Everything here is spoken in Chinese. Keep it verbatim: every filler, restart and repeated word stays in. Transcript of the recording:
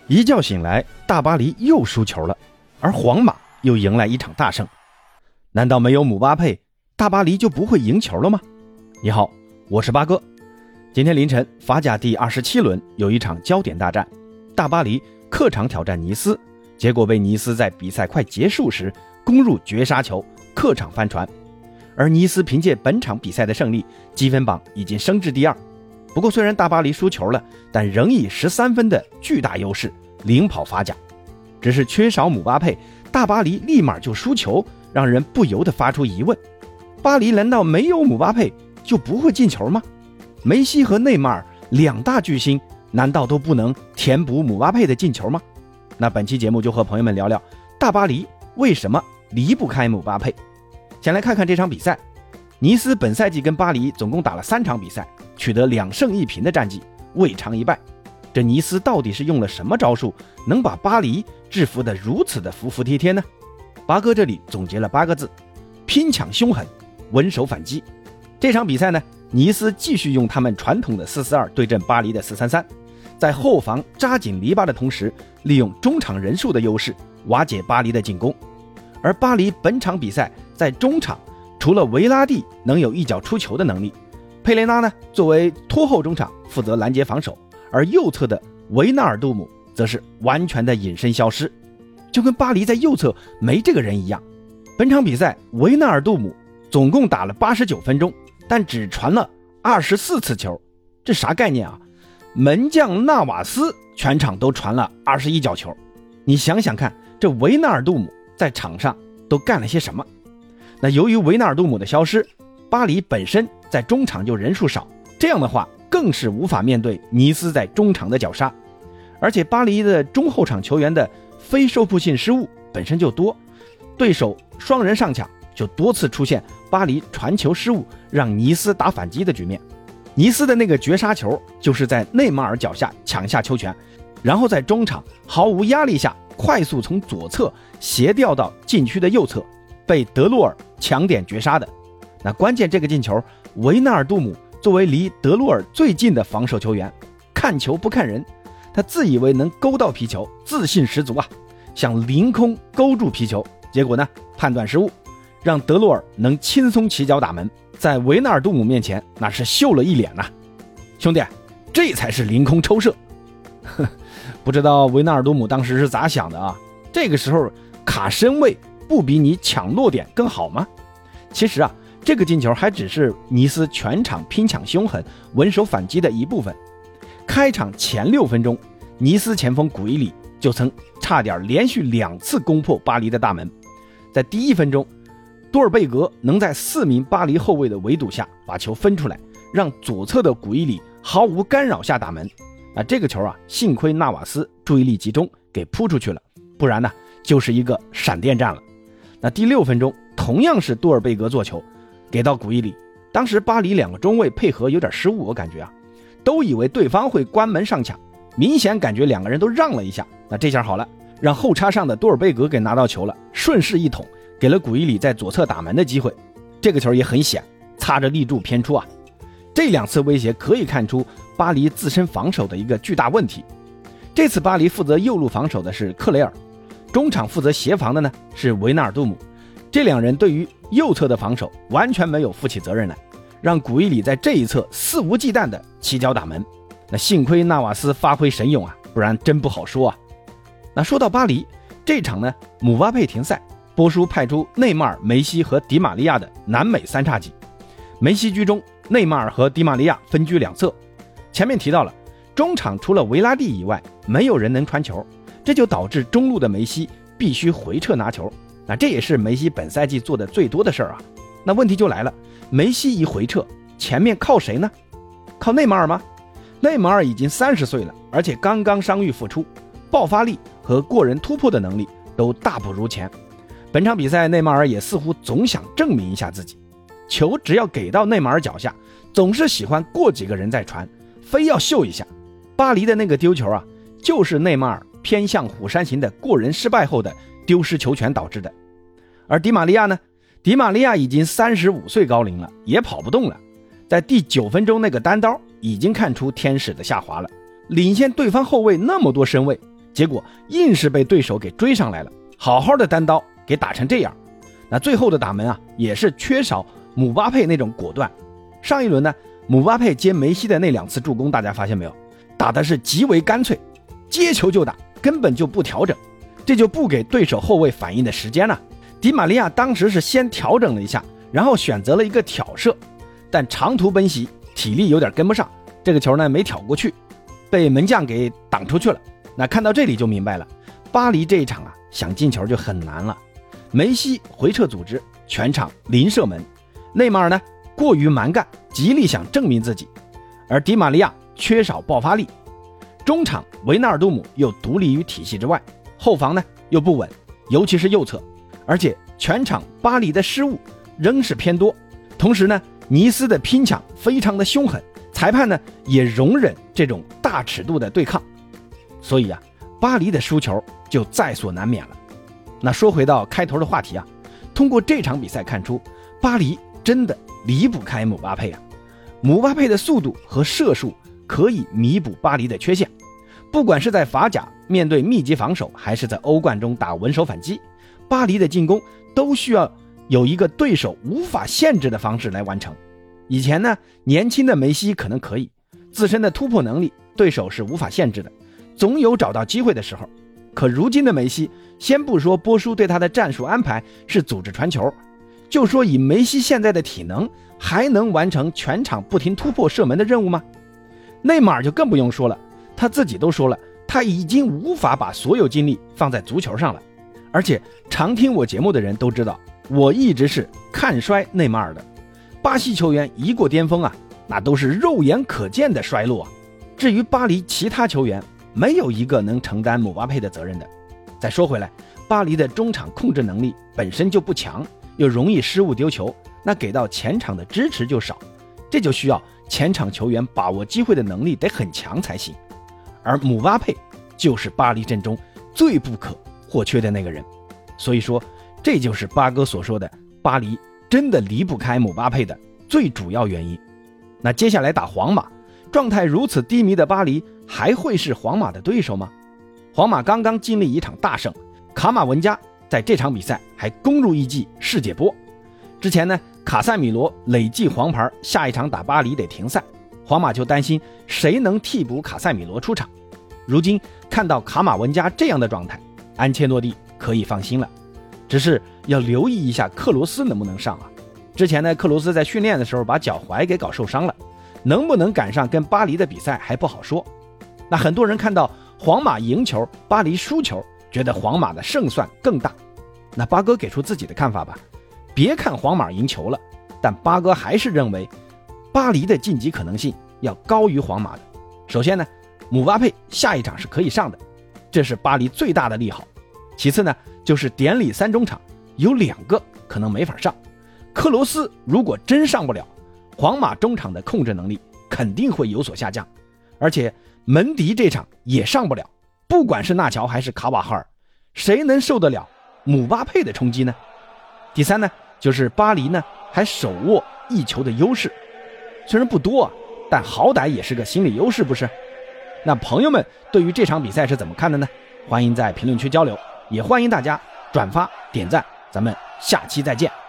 一觉醒来，大巴黎又输球了，而皇马又迎来一场大胜。难道没有姆巴佩，大巴黎就不会赢球了吗？你好，我是八哥。今天凌晨，法甲第二十七轮有一场焦点大战，大巴黎客场挑战尼斯，结果被尼斯在比赛快结束时攻入绝杀球，客场翻船。而尼斯凭借本场比赛的胜利，积分榜已经升至第二。不过虽然大巴黎输球了，但仍以十三分的巨大优势领跑法甲。只是缺少姆巴佩，大巴黎立马就输球，让人不由得发出疑问：巴黎难道没有姆巴佩就不会进球吗？梅西和内马尔两大巨星难道都不能填补姆巴佩的进球吗？那本期节目就和朋友们聊聊大巴黎为什么离不开姆巴佩。先来看看这场比赛，尼斯本赛季跟巴黎总共打了三场比赛，取得两胜一平的战绩，未尝一败。这尼斯到底是用了什么招数，能把巴黎制服得如此的服服帖帖呢？八哥这里总结了八个字：拼抢凶狠，稳守反击。这场比赛呢，尼斯继续用他们传统的四四二对阵巴黎的四三三，在后防扎紧篱笆的同时，利用中场人数的优势瓦解巴黎的进攻。而巴黎本场比赛在中场除了维拉蒂能有一脚出球的能力，佩雷拉呢作为拖后中场负责拦截防守，而右侧的维纳尔杜姆则是完全的隐身消失，就跟巴黎在右侧没这个人一样。本场比赛维纳尔杜姆总共打了八十九分钟，但只传了二十四次球，这啥概念啊？门将纳瓦斯全场都传了二十一脚球，你想想看，这维纳尔杜姆在场上都干了些什么？那由于维纳尔杜姆的消失，巴黎本身在中场就人数少，这样的话更是无法面对尼斯在中场的绞杀。而且巴黎的中后场球员的非收复性失误本身就多，对手双人上抢就多次出现巴黎传球失误让尼斯打反击的局面。尼斯的那个绝杀球就是在内马尔脚下抢下球权，然后在中场毫无压力下快速从左侧斜调到禁区的右侧，被德洛尔抢点绝杀的。那关键这个进球，维纳尔杜姆作为离德洛尔最近的防守球员，看球不看人，他自以为能勾到皮球，自信十足啊，想凌空勾住皮球，结果呢判断失误，让德洛尔能轻松起脚打门，在维纳尔杜姆面前那是秀了一脸呐、啊。兄弟，这才是凌空抽射。不知道维纳尔杜姆当时是咋想的啊？这个时候卡身位不比你抢落点更好吗？其实啊，这个进球还只是尼斯全场拼抢凶狠、稳守反击的一部分。开场前六分钟，尼斯前锋古伊里就曾差点连续两次攻破巴黎的大门。在第一分钟，多尔贝格能在四名巴黎后卫的围堵下把球分出来，让左侧的古伊里毫无干扰下打门。啊，这个球啊，幸亏纳瓦斯注意力集中给扑出去了，不然呢就是一个闪电战了。那第六分钟同样是多尔贝格做球给到古伊里，当时巴黎两个中卫配合有点失误，我感觉啊都以为对方会关门上抢，明显感觉两个人都让了一下。那这下好了，让后插上的多尔贝格给拿到球了，顺势一捅给了古伊里在左侧打门的机会。这个球也很险，擦着立柱偏出啊。这两次威胁可以看出巴黎自身防守的一个巨大问题。这次巴黎负责右路防守的是克雷尔，中场负责协防的呢是维纳尔杜姆，这两人对于右侧的防守完全没有负起责任来，让古伊里在这一侧肆无忌惮的起脚打门。那幸亏纳瓦斯发挥神勇啊，不然真不好说啊。那说到巴黎这场呢，姆巴佩停赛，波叔派出内马尔、梅西和迪玛利亚的南美三叉戟，梅西居中，内马尔和迪玛利亚分居两侧。前面提到了，中场除了维拉蒂以外没有人能传球，这就导致中路的梅西必须回撤拿球。那这也是梅西本赛季做的最多的事儿啊。那问题就来了，梅西一回撤，前面靠谁呢？靠内马尔吗？内马尔已经三十岁了，而且刚刚伤愈复出，爆发力和过人突破的能力都大不如前。本场比赛内马尔也似乎总想证明一下自己，球只要给到内马尔脚下，总是喜欢过几个人再传，非要秀一下。巴黎的那个丢球啊，就是内马尔偏向虎山行的过人失败后的丢失球权导致的。而迪玛利亚呢，迪玛利亚已经三十五岁高龄了，也跑不动了，在第九分钟那个单刀已经看出天使的下滑了，领先对方后卫那么多身位， 结果硬是被对手给追上来了，好好的单刀给打成这样。那最后的打门啊，也是缺少姆巴佩那种果断。上一轮呢，姆巴佩接梅西的那两次助攻，大家发现没有，打的是极为干脆，接球就打，根本就不调整，这就不给对手后卫反应的时间了。迪玛利亚当时是先调整了一下，然后选择了一个挑射，但长途奔袭体力有点跟不上，这个球呢没挑过去，被门将给挡出去了。那看到这里就明白了，巴黎这一场啊想进球就很难了。梅西回撤组织，全场零射门，内马尔呢过于蛮干，极力想证明自己，而迪玛利亚缺少爆发力，中场维纳尔杜姆又独立于体系之外，后防呢又不稳，尤其是右侧，而且全场巴黎的失误仍是偏多。同时呢，尼斯的拼抢非常的凶狠，裁判呢也容忍这种大尺度的对抗，所以啊，巴黎的输球就在所难免了。那说回到开头的话题啊，通过这场比赛看出，巴黎真的离不开姆巴佩啊。姆巴佩的速度和射术可以弥补巴黎的缺陷，不管是在法甲面对密集防守，还是在欧冠中打稳守反击，巴黎的进攻都需要有一个对手无法限制的方式来完成。以前呢，年轻的梅西可能可以，自身的突破能力对手是无法限制的，总有找到机会的时候。可如今的梅西，先不说波叔对他的战术安排是组织传球，就说以梅西现在的体能，还能完成全场不停突破射门的任务吗？内马尔就更不用说了，他自己都说了，他已经无法把所有精力放在足球上了。而且常听我节目的人都知道，我一直是看衰内马尔的。巴西球员一过巅峰啊，那都是肉眼可见的衰落啊。至于巴黎其他球员，没有一个能承担姆巴佩的责任的。再说回来，巴黎的中场控制能力本身就不强，又容易失误丢球，那给到前场的支持就少，这就需要前场球员把握机会的能力得很强才行。而姆巴佩就是巴黎阵中最不可或缺的那个人，所以说这就是八哥所说的巴黎真的离不开姆巴佩的最主要原因。那接下来打皇马，状态如此低迷的巴黎还会是皇马的对手吗？皇马刚刚经历一场大胜，卡马文加在这场比赛还攻入一记世界波。之前呢，卡塞米罗累计黄牌，下一场打巴黎得停赛，皇马就担心谁能替补卡塞米罗出场。如今看到卡马文加这样的状态，安切洛蒂可以放心了，只是要留意一下克罗斯能不能上啊。之前呢，克罗斯在训练的时候把脚踝给搞受伤了，能不能赶上跟巴黎的比赛还不好说。那很多人看到皇马赢球，巴黎输球，觉得皇马的胜算更大。那八哥给出自己的看法吧，别看皇马赢球了，但八哥还是认为巴黎的晋级可能性要高于皇马的。首先呢，姆巴佩下一场是可以上的，这是巴黎最大的利好。其次呢，就是典礼三中场有两个可能没法上，克罗斯如果真上不了，皇马中场的控制能力肯定会有所下降，而且门迪这场也上不了，不管是纳乔还是卡瓦哈尔，谁能受得了姆巴佩的冲击呢？第三呢，就是巴黎呢还手握一球的优势，虽然不多啊，但好歹也是个心理优势，不是？那朋友们对于这场比赛是怎么看的呢？欢迎在评论区交流，也欢迎大家转发点赞，咱们下期再见。